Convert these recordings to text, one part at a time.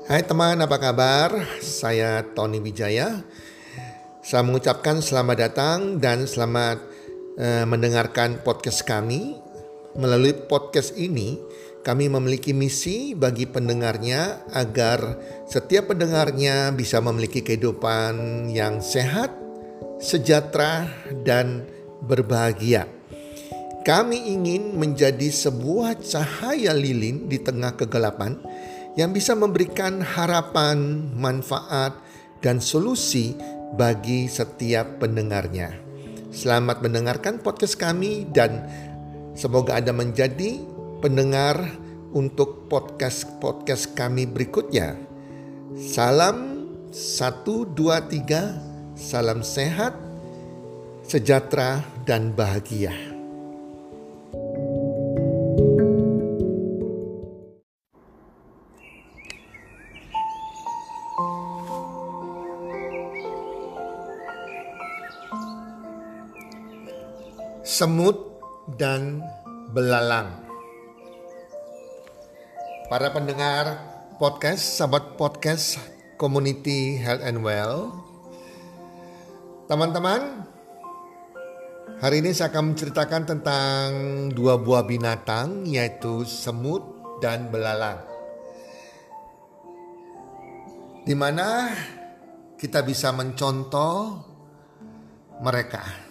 Hai teman, apa kabar? Saya Tony Wijaya. Saya mengucapkan selamat datang dan selamat mendengarkan podcast kami. Melalui podcast ini, kami memiliki misi bagi pendengarnya agar setiap pendengarnya bisa memiliki kehidupan yang sehat, sejahtera, dan berbahagia. Kami ingin menjadi sebuah cahaya lilin di tengah kegelapan yang bisa memberikan harapan, manfaat, dan solusi bagi setiap pendengarnya. Selamat mendengarkan podcast kami dan semoga Anda menjadi pendengar untuk podcast kami berikutnya. Salam 1, 2, 3, salam sehat, sejahtera, dan bahagia. Semut dan belalang. Para pendengar podcast, sahabat podcast Community Health and Well. Teman-teman, hari ini saya akan menceritakan tentang dua buah binatang, yaitu semut dan belalang. Di mana kita bisa mencontoh mereka.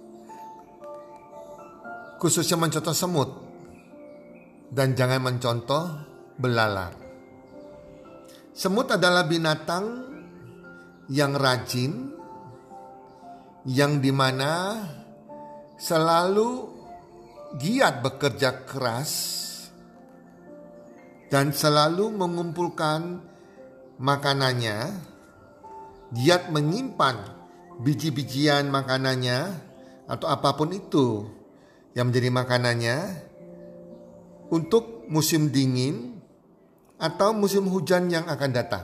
Khususnya mencontoh semut dan jangan mencontoh belalang. Semut adalah binatang yang rajin, yang dimana selalu giat bekerja keras dan selalu mengumpulkan makanannya, giat menyimpan biji-bijian makanannya atau apapun itu yang menjadi makanannya untuk musim dingin atau musim hujan yang akan datang.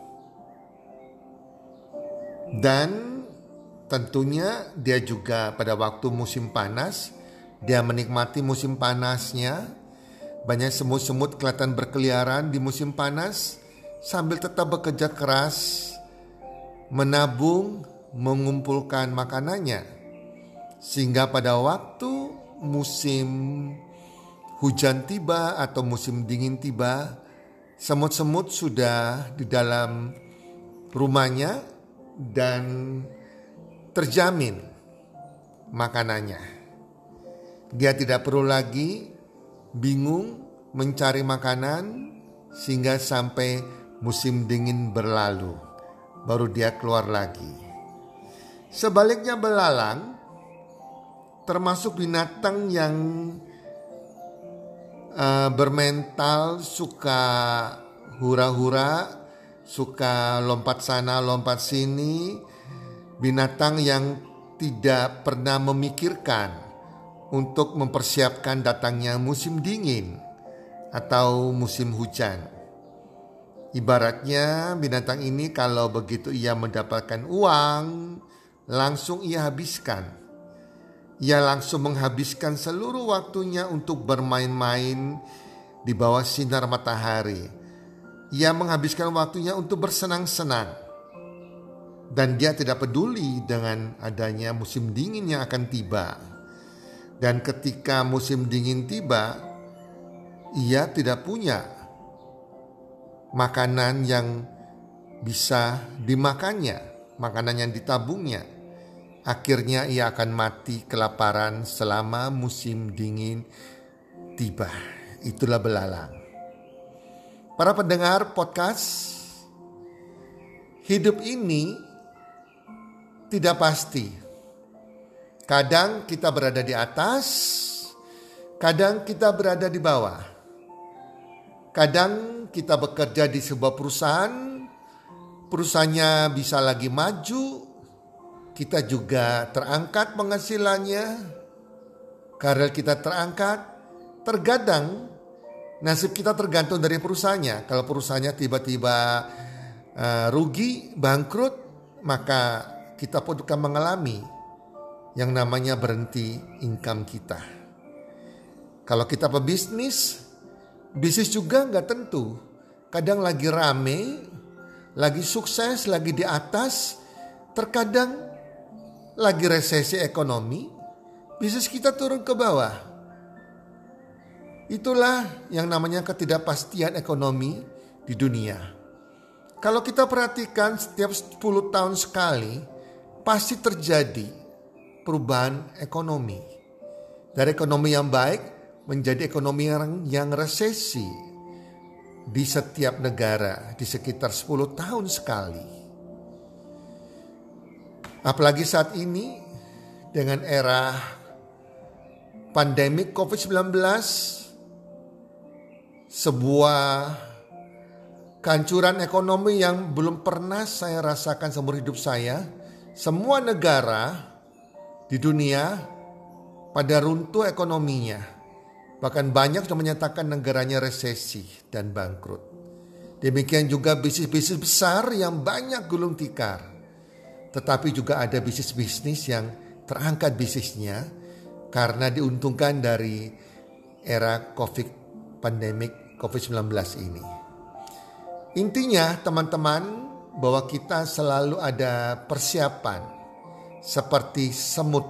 Dan tentunya dia juga pada waktu musim panas, dia menikmati musim panasnya. Banyak semut-semut kelihatan berkeliaran di musim panas sambil tetap bekerja keras menabung, mengumpulkan makanannya. Sehingga pada waktu musim hujan tiba atau musim dingin tiba, semut-semut sudah di dalam rumahnya dan terjamin makanannya. Dia tidak perlu lagi bingung mencari makanan sehingga sampai musim dingin berlalu, baru dia keluar lagi. Sebaliknya belalang termasuk binatang yang bermental suka hura-hura, suka lompat sana lompat sini. Binatang yang tidak pernah memikirkan untuk mempersiapkan datangnya musim dingin atau musim hujan. Ibaratnya binatang ini kalau begitu ia mendapatkan uang, langsung ia habiskan. Ia langsung menghabiskan seluruh waktunya untuk bermain-main di bawah sinar matahari. Ia menghabiskan waktunya untuk bersenang-senang. Dan dia tidak peduli dengan adanya musim dingin yang akan tiba. Dan ketika musim dingin tiba, ia tidak punya makanan yang bisa dimakannya, makanan yang ditabungnya. Akhirnya ia akan mati kelaparan selama musim dingin tiba. Itulah belalang. Para pendengar podcast, hidup ini tidak pasti. Kadang kita berada di atas, kadang kita berada di bawah. Kadang kita bekerja di sebuah perusahaannya bisa lagi maju, kita juga terangkat penghasilannya. Karir kita terangkat. Terkadang nasib kita tergantung dari perusahaannya. Kalau perusahaannya tiba-tiba rugi, bangkrut, maka kita pun akan mengalami yang namanya berhenti income kita. Kalau kita pebisnis, bisnis juga nggak tentu. Kadang lagi rame, lagi sukses, lagi di atas. Terkadang lagi resesi ekonomi, bisnis kita turun ke bawah. Itulah yang namanya ketidakpastian ekonomi di dunia. Kalau kita perhatikan setiap 10 tahun sekali, pasti terjadi perubahan ekonomi. Dari ekonomi yang baik menjadi ekonomi yang resesi di setiap negara di sekitar 10 tahun sekali. Apalagi saat ini dengan era pandemi COVID-19, sebuah kehancuran ekonomi yang belum pernah saya rasakan seumur hidup saya. Semua negara di dunia pada runtuh ekonominya. Bahkan banyak sudah menyatakan negaranya resesi dan bangkrut. Demikian juga bisnis-bisnis besar yang banyak gulung tikar. Tetapi juga ada bisnis-bisnis yang terangkat bisnisnya karena diuntungkan dari era pandemik COVID-19 ini. Intinya teman-teman, bahwa kita selalu ada persiapan seperti semut.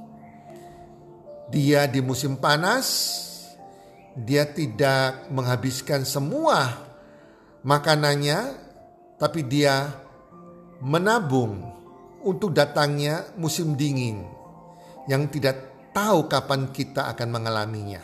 Dia di musim panas, dia tidak menghabiskan semua makanannya, tapi dia menabung untuk datangnya musim dingin yang tidak tahu kapan kita akan mengalaminya.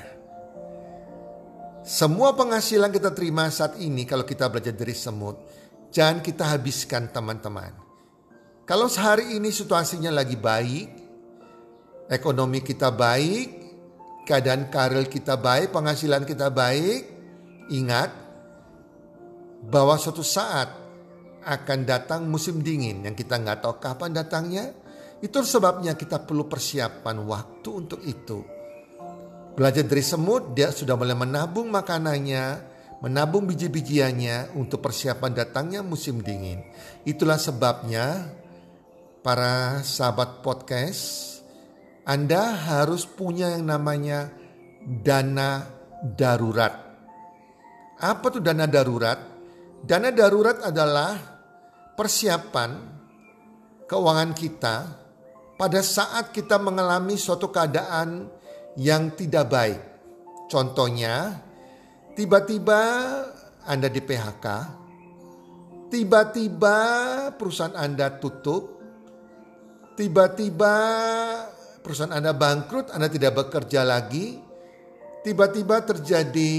Semua penghasilan kita terima saat ini kalau kita belajar dari semut, jangan kita habiskan teman-teman. Kalau sehari ini situasinya lagi baik, ekonomi kita baik, keadaan karir kita baik, penghasilan kita baik, ingat bahwa suatu saat akan datang musim dingin yang kita nggak tahu kapan datangnya. Itu sebabnya kita perlu persiapan waktu untuk itu. Belajar dari semut, dia sudah mulai menabung makanannya, menabung biji-bijiannya untuk persiapan datangnya musim dingin. Itulah sebabnya para sahabat podcast, Anda harus punya yang namanya dana darurat. Apa tuh dana darurat? Dana darurat adalah persiapan keuangan kita pada saat kita mengalami suatu keadaan yang tidak baik. Contohnya, tiba-tiba Anda di PHK, tiba-tiba perusahaan Anda tutup, tiba-tiba perusahaan Anda bangkrut, Anda tidak bekerja lagi, tiba-tiba terjadi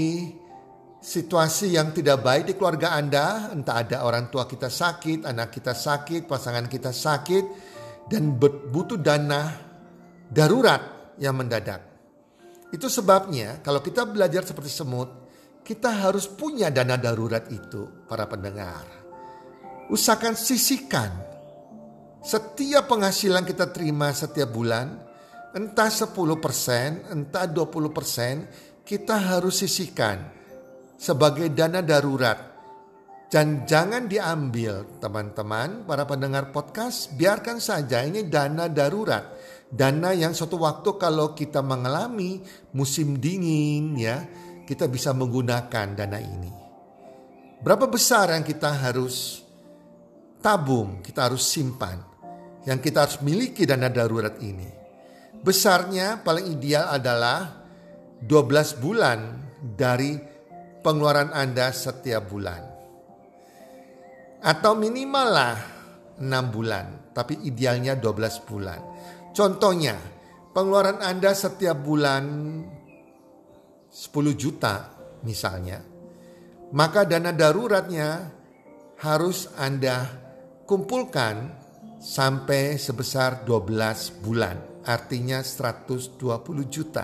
situasi yang tidak baik di keluarga Anda, entah ada orang tua kita sakit, anak kita sakit, pasangan kita sakit, dan butuh dana darurat yang mendadak. Itu sebabnya kalau kita belajar seperti semut, kita harus punya dana darurat itu, para pendengar. Usahakan sisihkan setiap penghasilan kita terima setiap bulan, entah 10%, entah 20%, kita harus sisihkan sebagai dana darurat. Dan jangan diambil teman-teman, para pendengar podcast, biarkan saja ini dana darurat. Dana yang suatu waktu kalau kita mengalami musim dingin ya, kita bisa menggunakan dana ini. Berapa besar yang kita harus tabung, kita harus simpan, yang kita harus miliki dana darurat ini? Besarnya paling ideal adalah 12 bulan dari pengeluaran Anda setiap bulan. Atau minimal lah 6 bulan, tapi idealnya 12 bulan. Contohnya, pengeluaran Anda setiap bulan 10 juta misalnya, maka dana daruratnya harus Anda kumpulkan sampai sebesar 12 bulan, artinya 120 juta.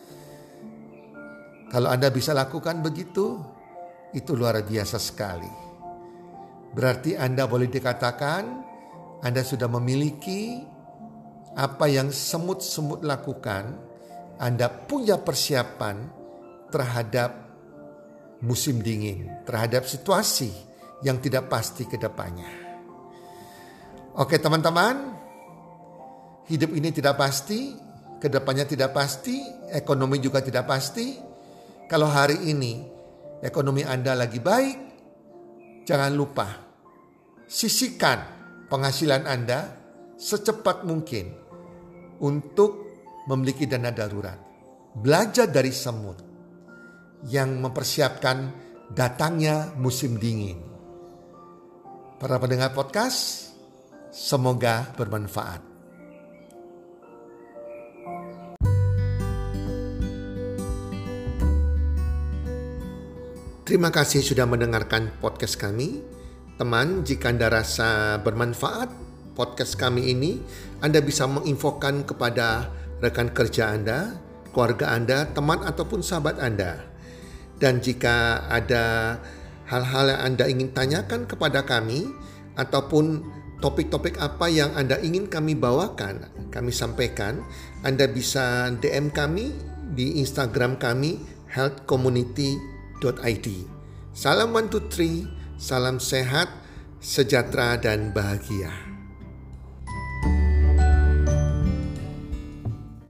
Kalau Anda bisa lakukan begitu, itu luar biasa sekali. Berarti Anda boleh dikatakan Anda sudah memiliki apa yang semut-semut lakukan. Anda punya persiapan terhadap musim dingin, terhadap situasi yang tidak pasti ke depannya. Oke teman-teman, hidup ini tidak pasti, ke depannya tidak pasti, ekonomi juga tidak pasti. Kalau hari ini ekonomi Anda lagi baik, jangan lupa sisihkan penghasilan Anda secepat mungkin untuk memiliki dana darurat. Belajar dari semut yang mempersiapkan datangnya musim dingin. Para pendengar podcast, semoga bermanfaat. Terima kasih sudah mendengarkan podcast kami. Teman, jika Anda rasa bermanfaat podcast kami ini, Anda bisa menginfokan kepada rekan kerja Anda, keluarga Anda, teman ataupun sahabat Anda. Dan jika ada hal-hal yang Anda ingin tanyakan kepada kami, ataupun topik-topik apa yang Anda ingin kami bawakan, kami sampaikan, Anda bisa DM kami di Instagram kami, healthcommunity.id. Salam 1, 2, 3, salam sehat, sejahtera dan bahagia.